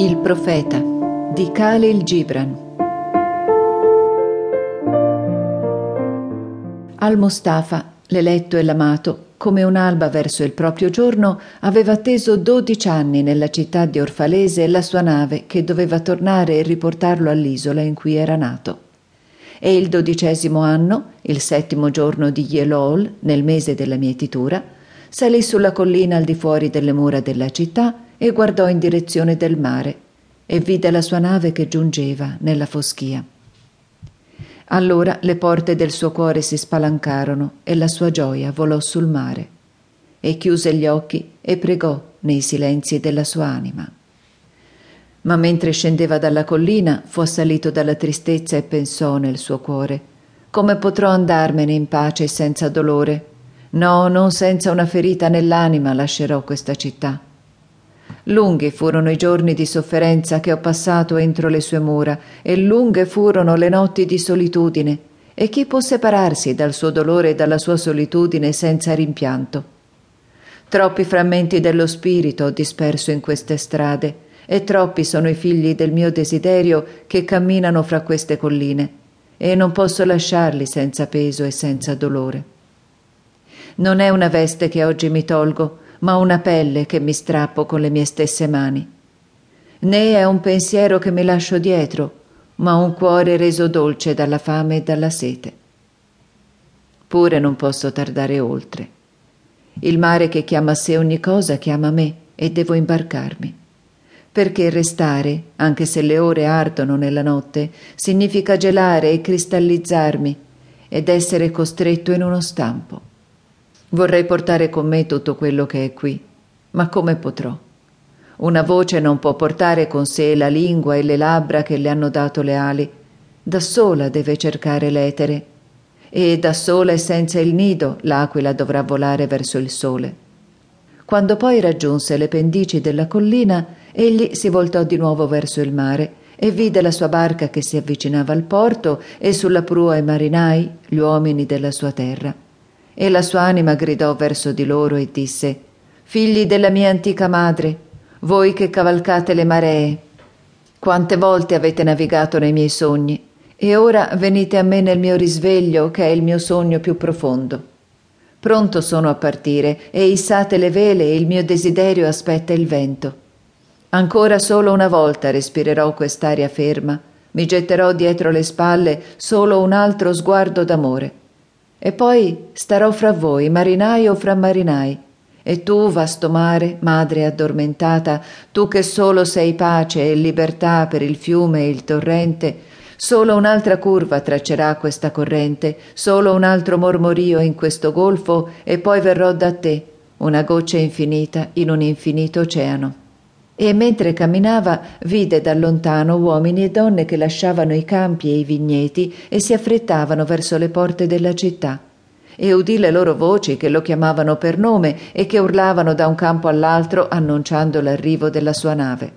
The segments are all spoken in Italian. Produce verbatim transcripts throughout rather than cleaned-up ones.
Il profeta di Khalil Gibran. Al-Mustafa, l'eletto e l'amato, come un'alba verso il proprio giorno, aveva atteso dodici anni nella città di Orfalese la sua nave che doveva tornare e riportarlo all'isola in cui era nato. E il dodicesimo anno, il settimo giorno di Yelol, nel mese della mietitura, salì sulla collina al di fuori delle mura della città e guardò in direzione del mare e vide la sua nave che giungeva nella foschia. Allora le porte del suo cuore si spalancarono e la sua gioia volò sul mare e chiuse gli occhi e pregò nei silenzi della sua anima. Ma mentre scendeva dalla collina fu assalito dalla tristezza e pensò nel suo cuore: come potrò andarmene in pace senza dolore? No, non senza una ferita nell'anima lascerò questa città. Lunghi furono i giorni di sofferenza che ho passato entro le sue mura, e lunghe furono le notti di solitudine, e chi può separarsi dal suo dolore e dalla sua solitudine senza rimpianto? Troppi frammenti dello spirito ho disperso in queste strade, e troppi sono i figli del mio desiderio che camminano fra queste colline, e non posso lasciarli senza peso e senza dolore. Non è una veste che oggi mi tolgo, ma una pelle che mi strappo con le mie stesse mani. Né è un pensiero che mi lascio dietro, ma un cuore reso dolce dalla fame e dalla sete. Pure non posso tardare oltre. Il mare che chiama a sé ogni cosa chiama me e devo imbarcarmi. Perché restare, anche se le ore ardono nella notte, significa gelare e cristallizzarmi ed essere costretto in uno stampo. Vorrei portare con me tutto quello che è qui, ma come potrò? Una voce non può portare con sé la lingua e le labbra che le hanno dato le ali. Da sola deve cercare l'etere, e da sola e senza il nido l'aquila dovrà volare verso il sole. Quando poi raggiunse le pendici della collina, egli si voltò di nuovo verso il mare e vide la sua barca che si avvicinava al porto e sulla prua i marinai, gli uomini della sua terra. E la sua anima gridò verso di loro e disse: «Figli della mia antica madre, voi che cavalcate le maree, quante volte avete navigato nei miei sogni, e ora venite a me nel mio risveglio, che è il mio sogno più profondo. Pronto sono a partire, e issate le vele, e il mio desiderio aspetta il vento. Ancora solo una volta respirerò quest'aria ferma, mi getterò dietro le spalle solo un altro sguardo d'amore. E poi starò fra voi, marinai o fra marinai, e tu, vasto mare, madre addormentata, tu che solo sei pace e libertà per il fiume e il torrente, solo un'altra curva traccerà questa corrente, solo un altro mormorio in questo golfo, e poi verrò da te, una goccia infinita in un infinito oceano». E mentre camminava vide da lontano uomini e donne che lasciavano i campi e i vigneti e si affrettavano verso le porte della città, e udì le loro voci che lo chiamavano per nome e che urlavano da un campo all'altro annunciando l'arrivo della sua nave.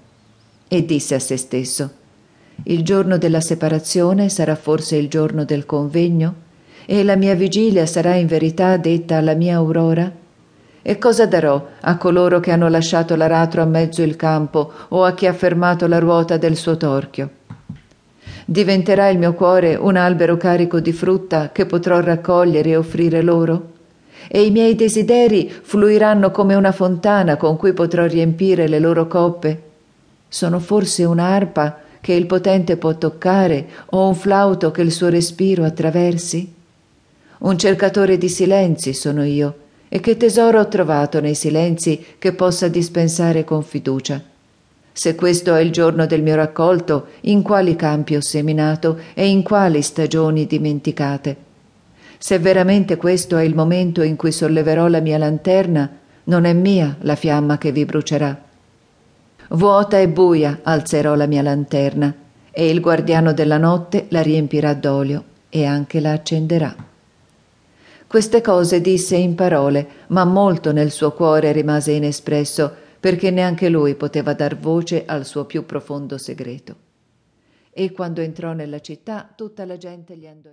E disse a se stesso: «Il giorno della separazione sarà forse il giorno del convegno? E la mia vigilia sarà in verità detta alla mia aurora? E cosa darò a coloro che hanno lasciato l'aratro a mezzo il campo o a chi ha fermato la ruota del suo torchio? Diventerà il mio cuore un albero carico di frutta che potrò raccogliere e offrire loro? E i miei desideri fluiranno come una fontana con cui potrò riempire le loro coppe? Sono forse un'arpa che il potente può toccare o un flauto che il suo respiro attraversi? Un cercatore di silenzi sono io, e che tesoro ho trovato nei silenzi che possa dispensare con fiducia? Se questo è il giorno del mio raccolto, in quali campi ho seminato e in quali stagioni dimenticate? Se veramente questo è il momento in cui solleverò la mia lanterna, non è mia la fiamma che vi brucerà. Vuota e buia alzerò la mia lanterna, e il guardiano della notte la riempirà d'olio e anche la accenderà». Queste cose disse in parole, ma molto nel suo cuore rimase inespresso, perché neanche lui poteva dar voce al suo più profondo segreto. E quando entrò nella città, tutta la gente gli andò